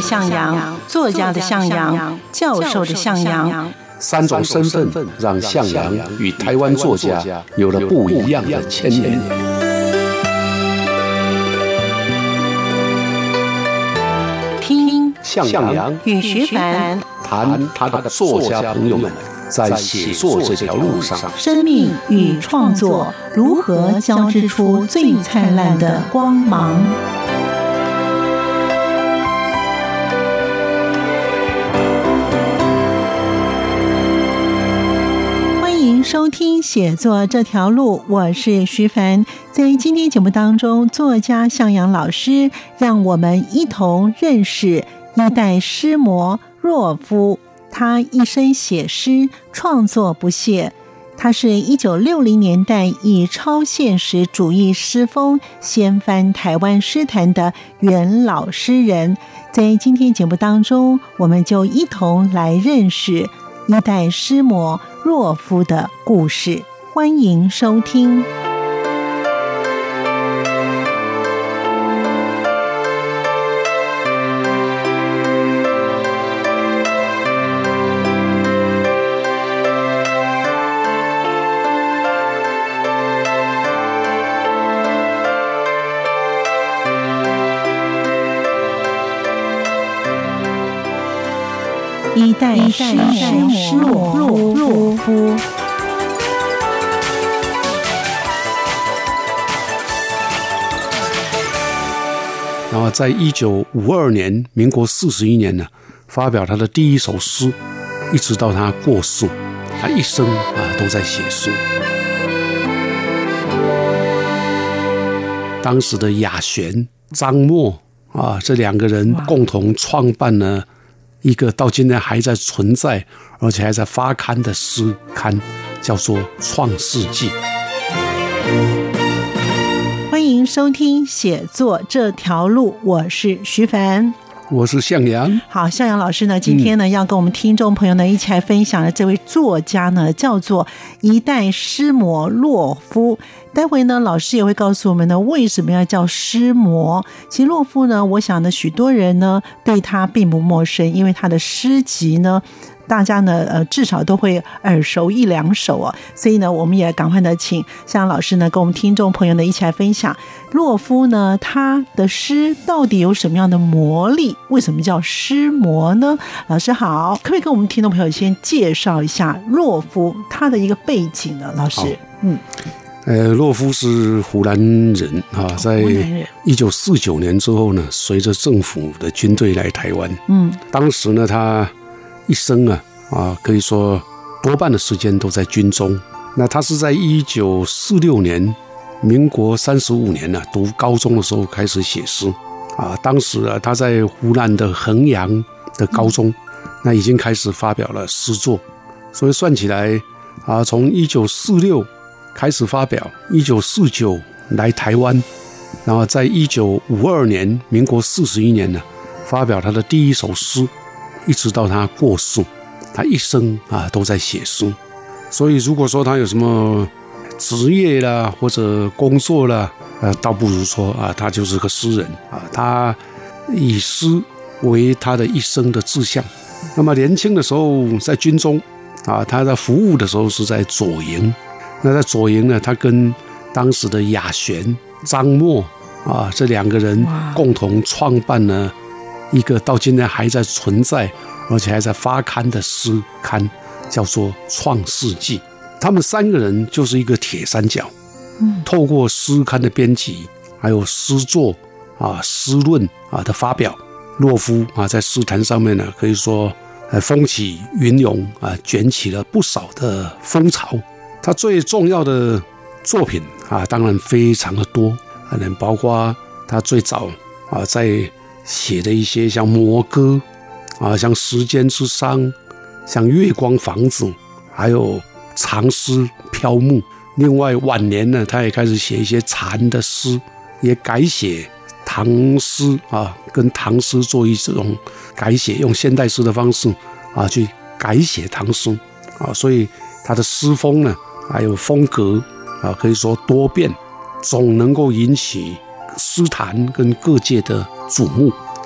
向阳，作家的向阳，教授的向阳， 三种身份让向阳与台湾作家有了不一样的牵连。 听向阳与徐凡谈他的作家朋友们在写作这条路上， 生命与创作如何交织出最灿烂的光芒。欢迎收听写作这条路，我是徐凡。在今天节目当中，作家向阳老师让我们一同认识一代诗魔洛夫。他一生写诗，创作不懈。他是1960年代以超现实主义诗风掀翻台湾诗坛的元老诗人。在今天节目当中，我们就一同来认识一代诗魔洛夫的故事。欢迎收听。一代诗魔洛夫。 然后在1952年，民国41年呢，发表他的第一首诗，一直到他过世，他一生都在写诗。当时的雅璇、张默这两个人共同创办了一个到今天还在存在，而且还在发刊的诗刊，叫做《创世纪》。 欢迎收听写作这条路，我是徐凡， 我是向阳。 好，向阳老师呢，今天呢要跟我们听众朋友呢一起来分享的这位作家呢，叫做一代诗魔洛夫。待会呢，老师也会告诉我们呢，为什么要叫诗魔。其实洛夫呢，我想呢，许多人呢对他并不陌生，因为他的诗集呢，大家呢至少都会耳熟一两首啊。所以呢，我们也赶快的请向阳老师呢，跟我们听众朋友呢一起来分享洛夫呢他的诗到底有什么样的魔力？为什么叫诗魔呢？老师好，可不可以跟我们听众朋友先介绍一下洛夫他的一个背景呢？老师， 洛夫是湖南人在1949年之后呢，随着政府的军队来台湾。当时呢，他一生可以说多半的时间都在军中。那他是在1946年，民国35年读高中的时候开始写诗当时他在湖南的衡阳的高中，那已经开始发表了诗作。所以算起来从1946开始发表，1949来台湾，然后在1952年，民国41年呢，发表他的第一首诗，一直到他过世，他一生都在写诗。所以如果说他有什么职业啦或者工作啦，倒不如说他就是个诗人他以诗为他的一生的志向。那么年轻的时候在军中他在服务的时候是在左营。那在左营呢，他跟当时的雅璇、张默这两个人共同创办了一个到今天还在存在，而且还在发刊的诗刊，叫做《创世纪》。他们三个人就是一个铁三角，透过诗刊的编辑，还有诗作诗论的发表，洛夫在诗坛上面呢，可以说风起云涌卷起了不少的风潮。他最重要的作品当然非常的多，可能包括他最早在写的一些像《魔歌》像《时间之殇》、像《月光房子》，还有长诗飘木。另外晚年呢，他也开始写一些禅的诗，也改写唐诗跟唐诗做一种改写，用现代诗的方式去改写唐诗所以他的诗风呢还有风格可以说多变，总能够引起诗坛跟各界的瞩目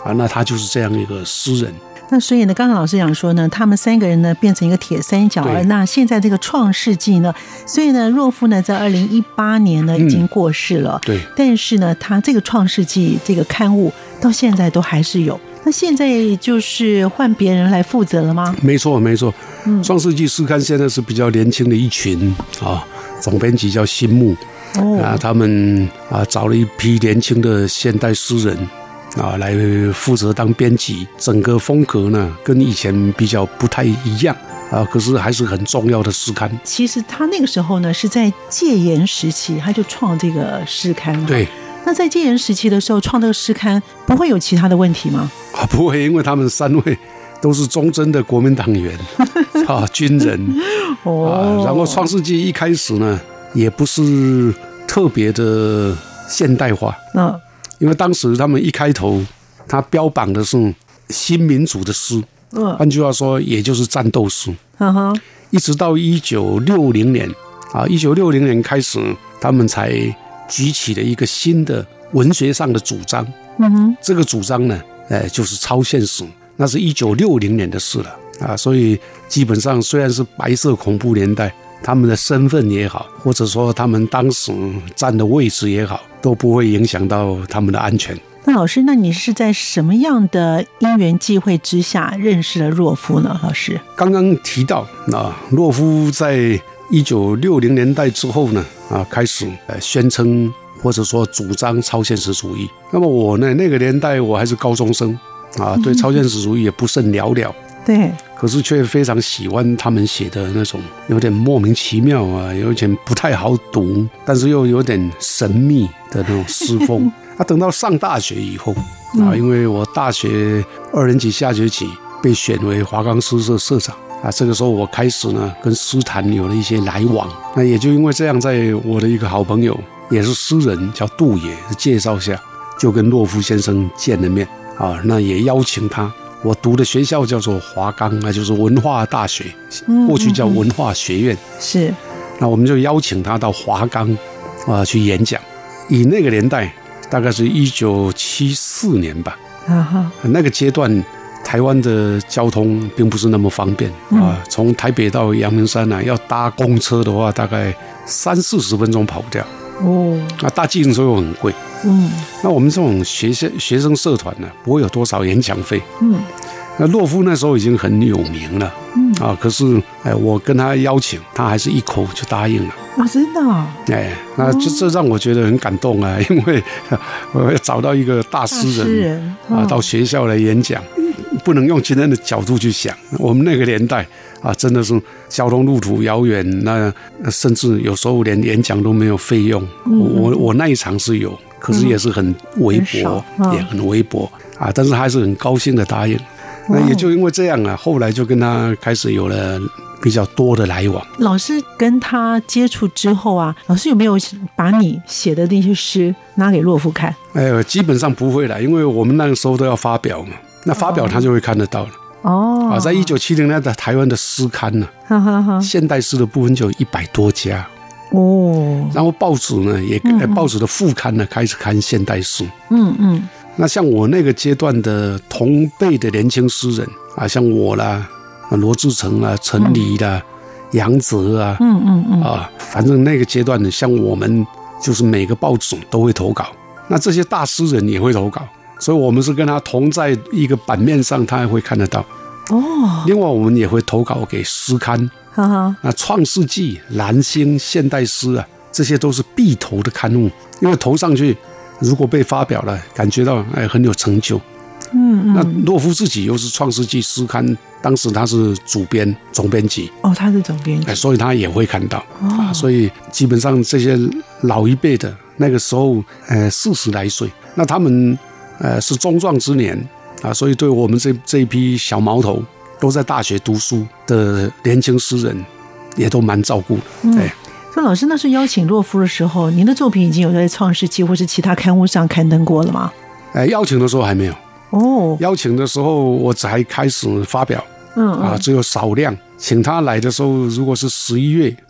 那他就是这样一个诗人。 那所以呢，刚刚老师讲说呢，他们3个人呢变成一个铁三角了。那现在这个创世纪呢，所以呢，洛夫呢在2018年呢已经过世了。 对。 但是呢，他这个创世纪这个刊物到现在都还是有。那现在就是换别人来负责了吗？ 没错，没错。创世纪诗刊现在是比较年轻的一群啊，总编辑叫新木。他们找了一批年轻的现代诗人。来负责当编辑，整个风格呢跟以前比较不太一样可是还是很重要的诗刊。 其实他那个时候呢是在戒严时期，他就创这个诗刊了。 对。 那在戒严时期的时候创这个诗刊，不会有其他的问题吗？ 不会，因为他们3位都是忠贞的国民党员军人然后创世纪一开始呢也不是特别的现代化因为当时他们一开头他标榜的是新民主的诗换句话说也就是战斗诗一直到1960年1960年开始他们才举起了一个新的文学上的主张这个主张呢就是超现实，那是1960年的事了所以基本上虽然是白色恐怖年代，他们的身份也好，或者说他们当时站的位置也好，都不会影响到他们的安全。 那老师，那你是在什么样的因缘际会之下认识了洛夫呢？老师刚刚提到洛夫在1960年代之后呢开始宣称或者说主张超现实主义。那么我呢那个年代我还是高中生对超现实主义也不甚了了对， 可是却非常喜欢他们写的那种有点莫名其妙有点不太好读，但是又有点神秘的那种诗风等到上大学以后因为我大学2年级下学期被选为华冈诗社社长这个时候我开始呢跟诗坛有了一些来往。那也就因为这样，在我的一个好朋友也是诗人叫杜野的介绍下，就跟洛夫先生见了面那也邀请他。我读的学校叫做华冈就是文化大学，过去叫文化学院是。 那我们就邀请他到华冈去演讲。以那个年代大概是1974年吧那个阶段台湾的交通并不是那么方便从台北到阳明山要搭公车的话大概30-40分钟跑不掉搭计程车又很贵那我们这种学生社团呢不会有多少演讲费那洛夫那时候已经很有名了可是我跟他邀请他还是一口就答应了真的那这让我觉得很感动因为我要找到一个大诗人到学校来演讲，不能用今天的角度去想，我们那个年代真的是交通路途遥远，那甚至有时候连演讲都没有费用我那一场是有，可是也是很微薄也很微薄但是还是很高兴的答应。那也就因为这样后来就跟他开始有了比较多的来往。老师跟他接触之后老师有没有把你写的那些诗拿给洛夫看？ 基本上不会啦，因为我们那个时候都要发表嘛，那发表他就会看得到了在1970年的台湾的诗刊呢现代诗的部分就有100多家然后报纸呢也报纸的副刊呢开始看现代诗那像我那个阶段的同辈的年轻诗人像我啦罗志诚陈黎啦杨泽反正那个阶段的像我们就是每个报纸都会投稿，那这些大诗人也会投稿，所以我们是跟他同在一个版面上，他还会看得到另外我们也会投稿给诗刊那创世纪、蓝星、现代诗这些都是必投的刊物，因为投上去如果被发表了感觉到很有成就那洛夫自己又是创世纪诗刊，当时他是主编总编辑他是总编辑所以他也会看到所以基本上这些老一辈的那个时候40来岁，那他们是中壮之年所以对我们这一批小毛头都在大学读书的年轻诗人也都蛮照顾的所以老师那时候邀请洛夫的时候，您的作品已经有在创世纪或是其他刊物上刊登过了吗？ 邀请的时候还没有邀请的时候我才开始发表只有少量。请他来的时候如果是11月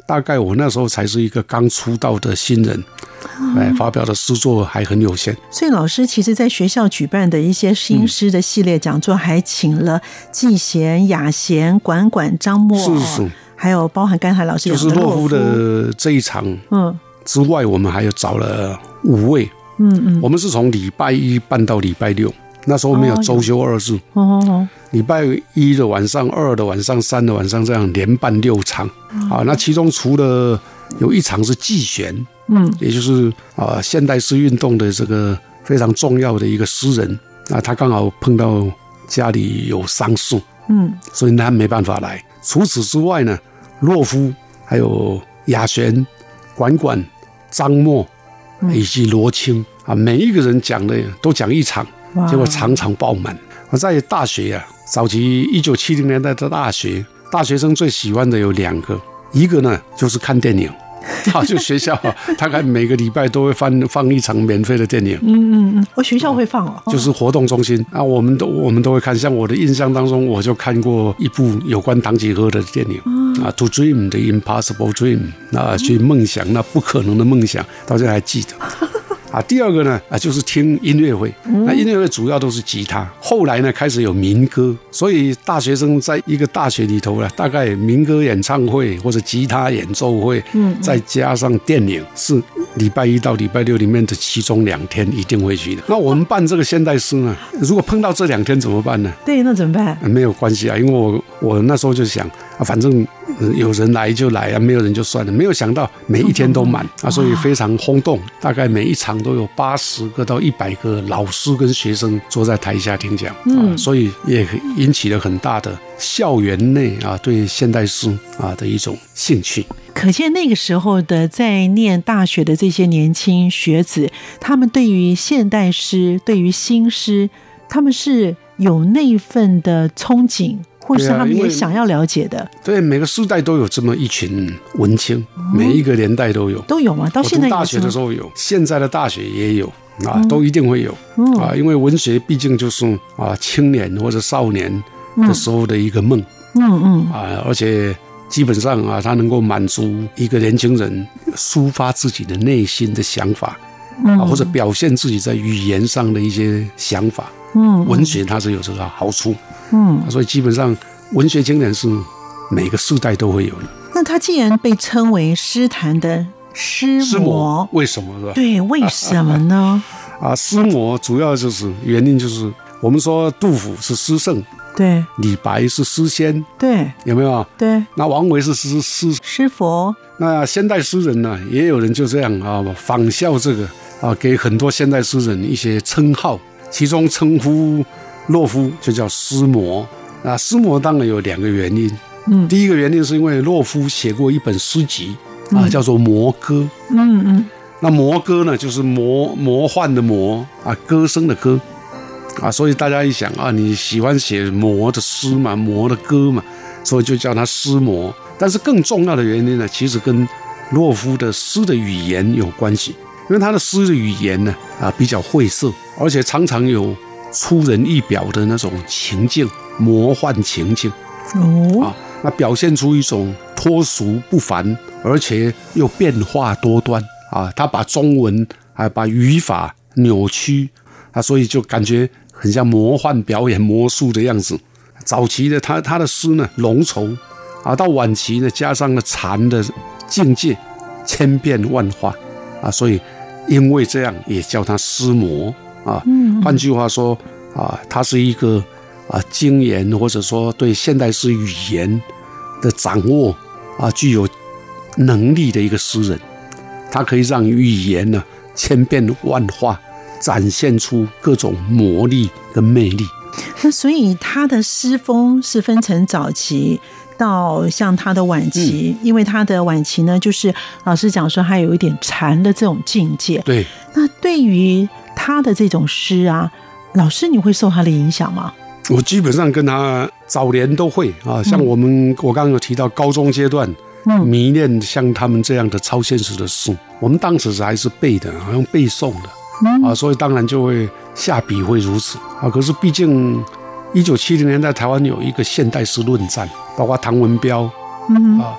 大概我那时候才是一个刚出道的新人，发表的诗作还很有限。 所以老师其实在学校举办的一些新诗的系列讲座，还请了季贤、雅贤、管管、张默， 是， 还有包含刚才老师讲的就是洛夫的这一场之外，我们还有找了5位。我们是从礼拜一办到礼拜六，那时候没有周休2日。礼拜一的晚上、2的晚上、3的晚上，这样连办6场。那其中除了有一场是季贤，也就是现代诗运动的这个非常重要的一个诗人，他刚好碰到家里有丧事，所以他没办法来。除此之外呢，洛夫还有雅璇、管管、张默以及罗青每一个人讲的都讲一场，结果场场爆满。我在大学早期1970年代的大学生最喜欢的有2个，一个呢就是看电影。就学校大概每个礼拜都会放一场免费的电影。 我学校会放就是活动中心我们都会看。像我的印象当中，我就看过一部有关唐吉诃德的电影To Dream the Impossible Dream 去梦想那不可能的梦想，到现在还记得。第二个呢就是听音乐会。那音乐会主要都是吉他，后来呢开始有民歌，所以大学生在一个大学里头大概民歌演唱会或者吉他演奏会，再加上电影，是礼拜一到礼拜六里面的其中2天一定会去的。那我们办这个现代诗呢，如果碰到这2天怎么办呢？ 对，那怎么办？ 没有关系因为我那时候就想反正有人来就来没有人就算了。没有想到每一天都满所以非常轰动。大概每一场都有80个到100个老师跟学生坐在台下听讲所以也引起了很大的校园内对现代诗的一种兴趣。 可见那个时候的在念大学的这些年轻学子，他们对于现代诗、对于新诗，他们是有那份的憧憬，或是他们也想要了解的。 对，每个世代都有这么一群文青，每一个年代都有吗？到现在我读大学的时候有，现在的大学也有都一定会有因为文学毕竟就是青年或者少年的时候的一个梦而且基本上它能够满足一个年轻人抒发自己的内心的想法或者表现自己在语言上的一些想法。文学它是有这个好处所以基本上文学青年是每个世代都会有的。 那他既然被称为诗坛的诗魔， 为什么是吧？ 对，为什么呢？ 诗魔主要就是原因就是我们说杜甫是诗圣， 对， 李白是诗仙， 对， 有没有？ 对， 那王维是诗佛。 那现代诗人呢，也有人就这样仿效这个给很多现代诗人一些称号，其中称呼洛夫就叫诗魔。诗魔当然有2个原因。第一个原因是因为洛夫写过一本诗集叫做《魔歌》。那魔歌呢，就是魔幻的魔歌声的歌所以大家一想你喜欢写魔的诗嘛，魔的歌嘛，所以就叫他诗魔。但是更重要的原因呢，其实跟洛夫的诗的语言有关系，因为他的诗的语言呢比较晦涩，而且常常有出人意表的那种情境，魔幻情境那表现出一种脱俗不凡，而且又变化多端他把中文还把语法扭曲所以就感觉很像魔幻表演魔术的样子。早期的他的诗呢浓稠到晚期呢加上了禅的境界，千变万化所以因为这样也叫他诗魔换句话说他是一个精研或者说对现代诗语言的掌握具有能力的一个诗人。他可以让语言呢千变万化，展现出各种魔力跟魅力。 那所以他的诗风是分成早期到像他的晚期，因为他的晚期呢，就是老师讲说他有一点禅的这种境界。对，那对于他的这种诗老师你会受他的影响吗？ 我基本上跟他早年都会像我刚刚有提到高中阶段迷恋像他们这样的超现实的诗，我们当时还是背的，好像背诵的所以当然就会下笔会如此可是毕竟1970年代台湾有一个现代诗论战，包括唐文标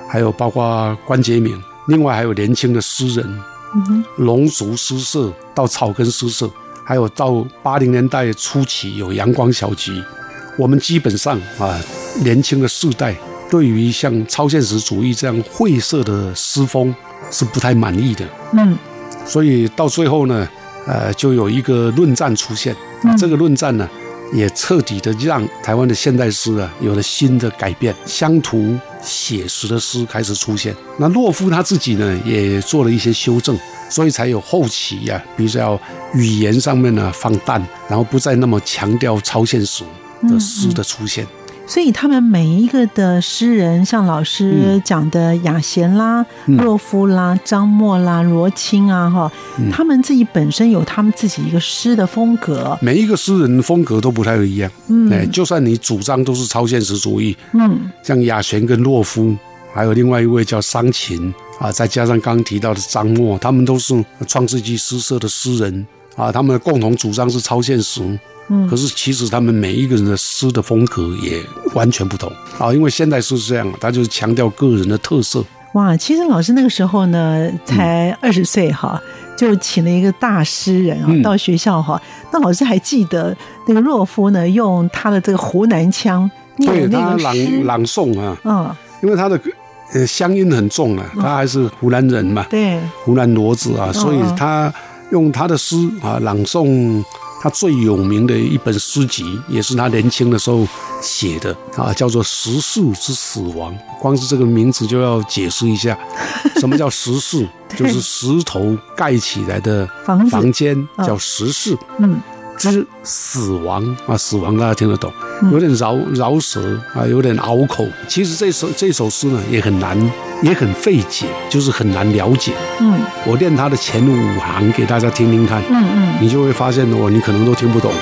还有包括关杰明，另外还有年轻的诗人，龙族诗社到草根诗社，还有到80年代初期有阳光小集。我们基本上年轻的世代对于像超现实主义这样晦涩的诗风是不太满意的，所以到最后呢，就有一个论战出现，这个论战呢，也彻底的让台湾的现代诗有了新的改变，乡土写实的诗开始出现。那洛夫他自己呢，也做了一些修正，所以才有后期比较语言上面呢放淡，然后不再那么强调超现实的诗的出现。 所以他们每一个的诗人，像老师讲的雅贤啦、洛夫啦、张默啦、罗青啊，他们自己本身有他们自己一个诗的风格， 每一个诗人风格都不太一样。就算你主张都是超现实主义，像雅贤跟洛夫，还有另外一位叫桑琴再加上刚刚提到的张默，他们都是创世纪诗社的诗人他们的共同主张是超现实。可是其实他们每一个人的诗的风格也完全不同因为现代诗是这样，他就是强调个人的特色。 哇，其实老师那个时候呢才20岁就请了一个大诗人到学校那老师还记得那个洛夫呢用他的这个湖南腔念那个诗朗诵因为他的乡音很重他还是湖南人嘛， 对， 湖南骡子所以他用他的诗朗诵他最有名的一本诗集，也是他年轻的时候写的叫做《石室之死亡》。光是这个名字就要解释一下，什么叫石室？就是石头盖起来的房间，叫石室。之死亡死亡大家听得懂，有点饶舌有点拗口。其实这首诗呢也很难，也很费解，就是很难了解。我念它的前5行给大家听听看，你就会发现你可能都听不懂。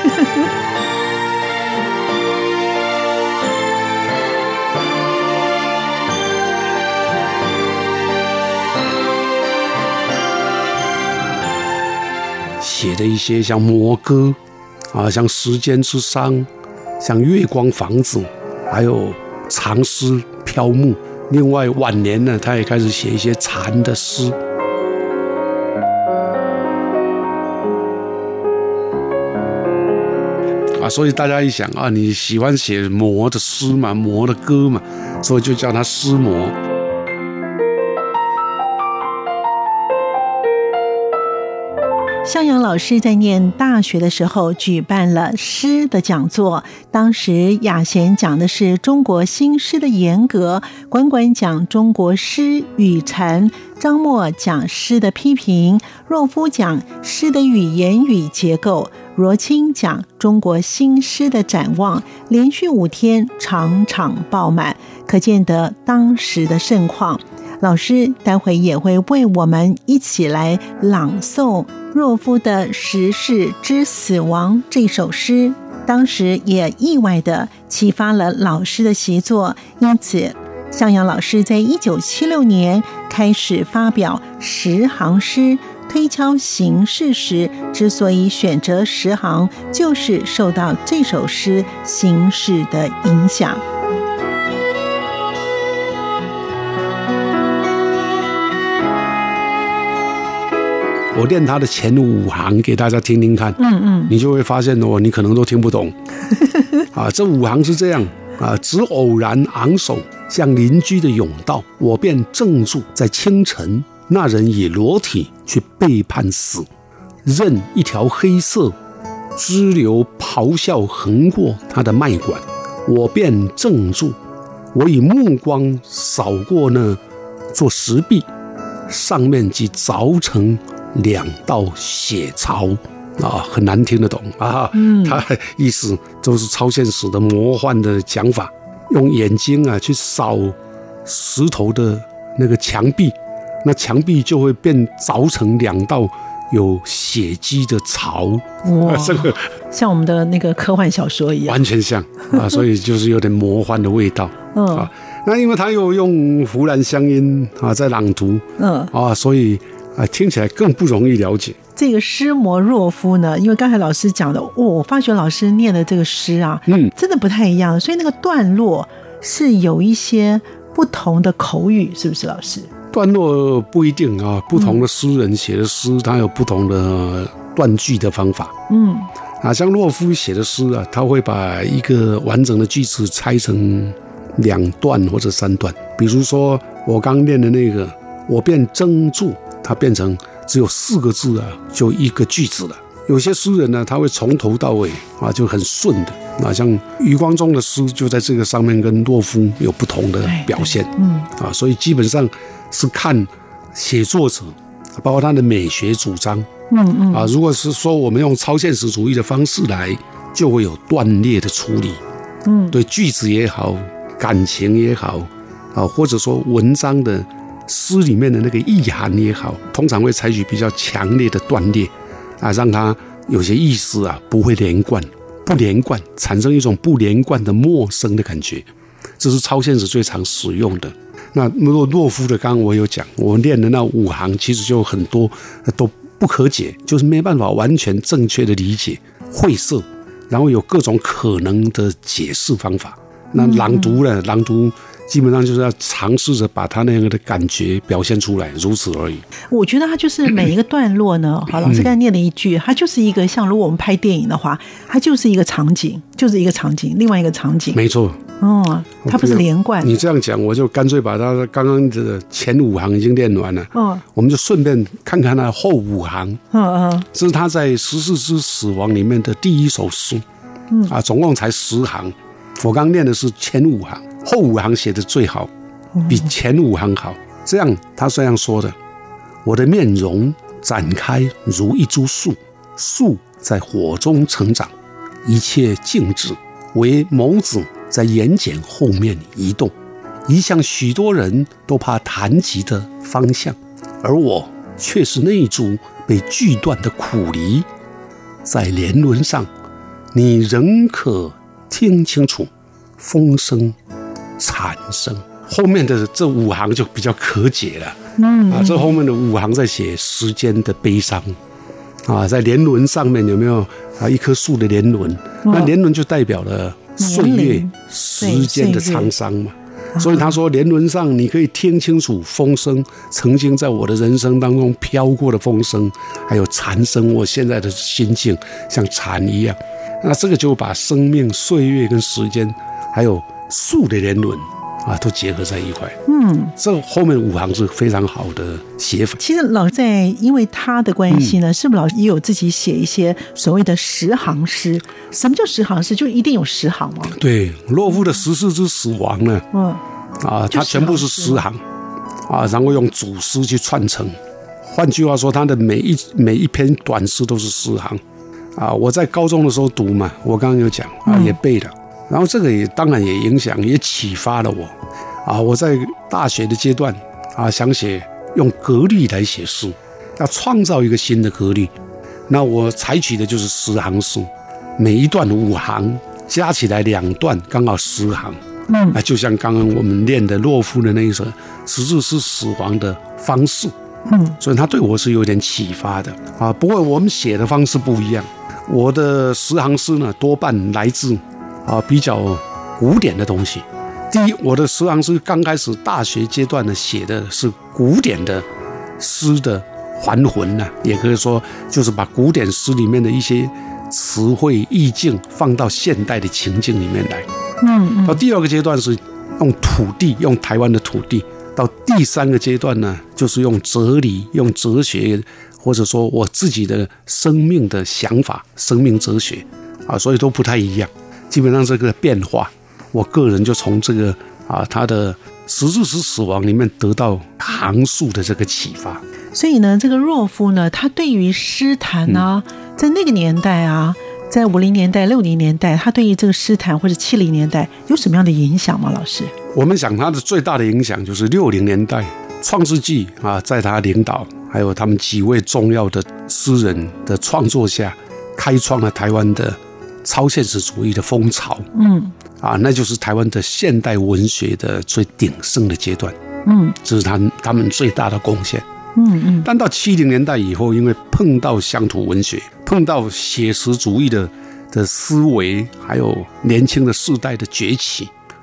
写的一些像魔歌像时间之殇，像月光房子，还有长诗飘木。另外晚年呢，他也开始写一些禅的诗。所以大家一想你喜欢写魔的诗嘛，魔的歌嘛，所以就叫他诗魔。 向阳老师在念大学的时候举办了诗的讲座，当时雅贤讲的是中国新诗的严格，管管讲中国诗与禅，张默讲诗的批评，洛夫讲诗的语言与结构，罗青讲中国新诗的展望，连续5天场场爆满，可见得当时的盛况。老师待会也会为我们一起来朗诵洛夫的《石室之死亡》这首诗，当时也意外地启发了老师的习作，因此向阳老师在1976年开始发表10行诗，推敲形式时之所以选择10行，就是受到这首诗形式的影响。 我念他的前5行给大家听听看，你就会发现你可能都听不懂。这5行是这样只偶然昂首向邻居的甬道，我便怔住在清晨，那人以裸体去背叛死，任一条黑色支流咆哮横过他的脉管，我便怔住，我以目光扫过那座石壁，上面即凿成2道血槽很难听得懂他意思都是超现实的魔幻的讲法，用眼睛去扫石头的那个墙壁，那墙壁就会变凿成2道有血迹的槽。 哇， 这个像我们的那个科幻小说一样， 完全像所以就是有点魔幻的味道。那因为他又用湖南乡音在朗读所以听起来更不容易了解。 这个诗魔洛夫呢，因为刚才老师讲的我发觉老师念的这个诗真的不太一样，所以那个段落是有一些不同的口语，是不是老师？ 段落不一定啊，不同的诗人写的诗，他有不同的断句的方法。像洛夫写的诗啊，他会把一个完整的句子拆成2段或者3段。比如说我刚念的那个，我便怔住，它变成只有4个字啊，就一个句子了。有些诗人呢，他会从头到尾啊就很顺的，像余光中的诗就在这个上面跟洛夫有不同的表现。所以基本上是看写作者，包括他的美学主张。如果是说我们用超现实主义的方式来，就会有断裂的处理。对句子也好，感情也好，或者说文章的诗里面的那个意涵也好，通常会采取比较强烈的断裂让它有些意思不会连贯，不连贯，产生一种不连贯的陌生的感觉，这是超现实最常使用的。那洛夫的刚刚我有讲，我念的那5行其实就有很多都不可解，就是没办法完全正确的理解，晦涩，然后有各种可能的解释方法。那朗读呢？朗读基本上就是要尝试着把他那样的感觉表现出来，如此而已。 我觉得他就是每一个段落呢，好，老师刚才念了一句，它就是一个像如果我们拍电影的话，它就是一个场景，就是一个场景，另外一个场景。 没错。 它不是连贯。 你这样讲，我就干脆把他刚刚的前5行已经念完了。我们就顺便看看他后5行。这是他在《14之死亡》里面的第1首诗。总共才10行。我刚念的是前5行，后5行写的最好，比前5行好。这样他这样说的：我的面容展开如一株树，树在火中成长，一切静止，唯眸子在眼睑后面移动，移向许多人都怕谈及的方向，而我却是那一株被锯断的苦梨，在年轮上，你仍可听清楚风声、蝉声。后面的这5行就比较可解了。这后面的5行在写时间的悲伤。在年轮上面有没有一棵树的年轮？那年轮就代表了岁月、时间的沧桑嘛。所以他说，年轮上你可以听清楚风声，曾经在我的人生当中飘过的风声，还有蝉声，我现在的心境像蝉一样。那这个就把生命、岁月跟时间，还有树的年轮都结合在一块。这后面5行是非常好的写法。 其实老师在因为他的关系呢，是不是老师也有自己写一些所谓的10行诗？什么叫10行诗？就一定有10行吗？对， 洛夫的《14之死亡》呢，它全部是10行然后用主诗去串成。换句话说，他的每一篇短诗都是10行我在高中的时候读嘛，我刚刚有讲也背了。然后这个也当然也影响，也启发了我我在大学的阶段想写用格律来写诗，要创造一个新的格律。那我采取的就是10行诗，每一段5行，加起来2段，刚好10行。就像刚刚我们练的洛夫的那一首《14之死亡》的方式。所以他对我是有点启发的不过我们写的方式不一样。我的10行诗呢，多半来自比较古典的东西。第一，我的10行诗刚开始大学阶段呢，写的是古典的诗的还魂也可以说就是把古典诗里面的一些词汇意境放到现代的情境里面来。到第2个阶段是用土地，用台湾的土地。到第3个阶段呢，就是用哲理，用哲学，或者说我自己的生命的想法，生命哲学所以都不太一样。基本上这个变化，我个人就从这个他的《14之死亡》里面得到行数的这个启发。 所以呢，这个洛夫呢，他对于诗坛在那个年代在50年代、60年代，他对于这个诗坛或者70年代有什么样的影响吗？老师， 我们想他的最大的影响就是60年代创世纪在他领导还有他们几位重要的诗人的创作下，开创了台湾的超现实主义的风潮。那就是台湾的现代文学的最鼎盛的阶段。这是他们最大的贡献。但到70年代以后，因为碰到乡土文学，碰到写实主义的思维，还有年轻的世代的崛起，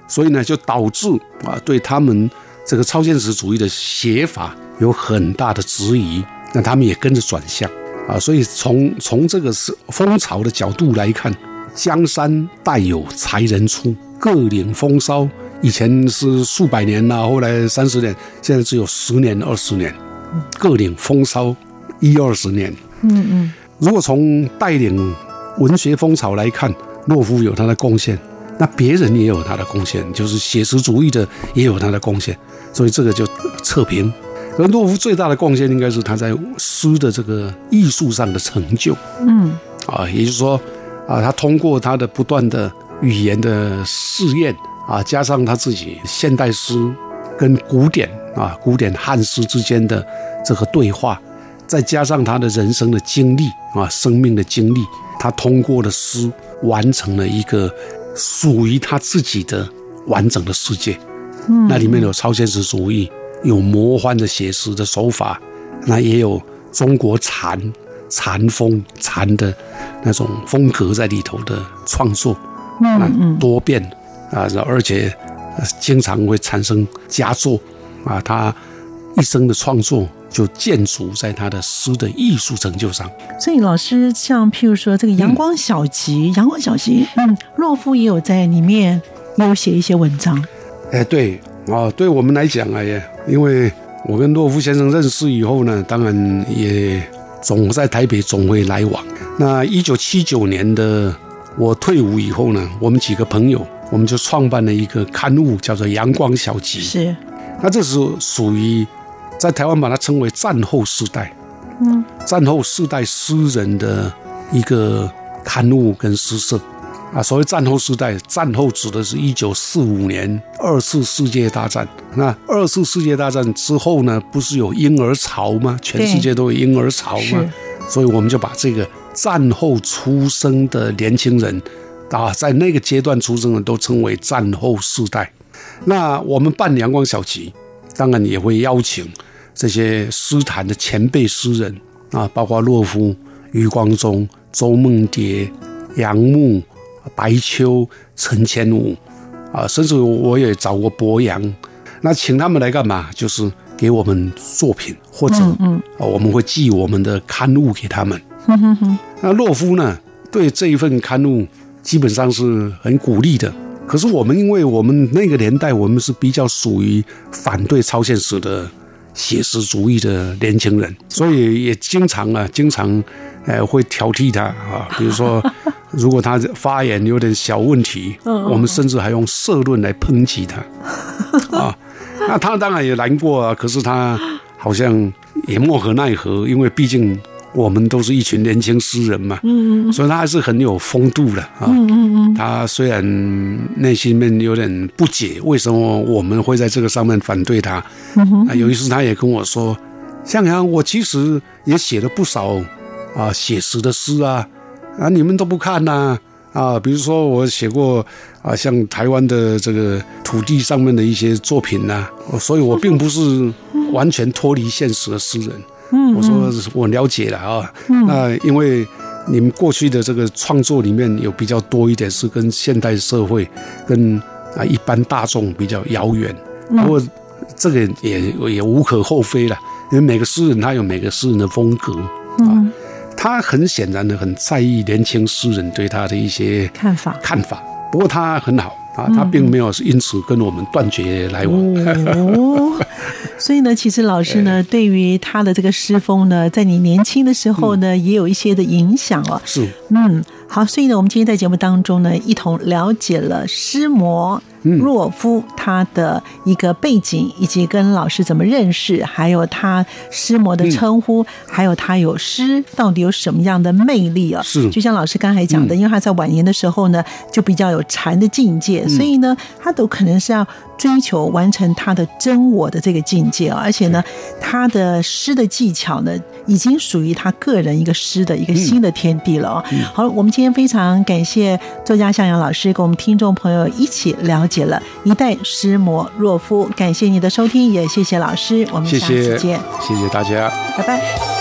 所以呢，就导致对他们这个超现实主义的写法有很大的质疑，那他们也跟着转向所以从这个风潮的角度来看，江山代有才人出，各领风骚，以前是数百年后来30年，现在只有10年20年，各领风骚10-20年。如果从带领文学风潮来看，洛夫有他的贡献，那别人也有他的贡献，就是写实主义的也有他的贡献，所以这个就测评。而洛夫最大的贡献应该是他在诗的这个艺术上的成就。也就是说他通过他的不断的语言的试验加上他自己现代诗跟古典汉诗之间的这个对话，再加上他的人生的经历生命的经历，他通过了诗完成了一个属于他自己的完整的世界。那里面有超现实主义，有魔幻的写实的手法，那也有中国禅风的那种风格在里头的创作，多变而且经常会产生佳作他一生的创作就建筑在他的诗的艺术成就上。 所以老师像譬如说这个阳光小集，洛夫也有在里面有写一些文章。 对对我们来讲因为我跟洛夫先生认识以后呢，当然也总在台北总会来往。那1979年的我退伍以后呢，我们几个朋友我们就创办了一个刊物，叫做阳光小集。 是， 那这是属于在台湾把它称为战后世代，战后世代诗人的一个刊物跟诗社所谓战后世代，战后指的是1945年2次世界大战。那2次世界大战之后呢，不是有婴儿潮吗？全世界都有婴儿潮吗？所以我们就把这个战后出生的年轻人在那个阶段出生的都称为战后世代。那我们办阳光小集，当然也会邀请这些诗坛的前辈诗人包括洛夫、余光中、周梦蝶、杨牧、白秋、陈千武甚至我也找过博洋。那请他们来干嘛？就是给我们作品，或者我们会寄我们的刊物给他们。那洛夫呢，对这一份刊物基本上是很鼓励的。可是因为我们那个年代，我们是比较属于反对超现实的写实主义的年轻人，所以也经常会挑剔他比如说如果他发言有点小问题，我们甚至还用社论来抨击他那他当然也难过可是他好像也莫可奈何，因为毕竟我们都是一群年轻诗人嘛，所以他还是很有风度的他虽然内心面有点不解，为什么我们会在这个上面反对他有一次他也跟我说，向阳，我其实也写了不少写实的诗你们都不看比如说我写过像台湾的这个土地上面的一些作品所以我并不是完全脱离现实的诗人。我说我了解了那因为你们过去的这个创作里面有比较多一点是跟现代社会跟一般大众比较遥远，不过这个也无可厚非了，因为每个诗人他有每个诗人的风格他很显然的很在意年轻诗人对他的一些看法，不过他很好他并没有因此跟我们断绝来往所以呢，其实老师呢对于他的这个诗风呢，在你年轻的时候呢也有一些的影响是好，所以呢我们今天在节目当中呢一同了解了诗魔洛夫他的一个背景，以及跟老师怎么认识，还有他诗魔的称呼，还有他有诗到底有什么样的魅力是就像老师刚才讲的因为他在晚年的时候呢就比较有禅的境界所以呢他都可能是要追求完成他的真我的这个境界而且呢他的诗的技巧呢已经属于他个人一个诗的一个新的天地了好，我们今天非常感谢作家向阳老师跟我们听众朋友一起了解了一代诗魔洛夫，感谢你的收听，也谢谢老师，我们下次见。 谢谢大家， 拜拜。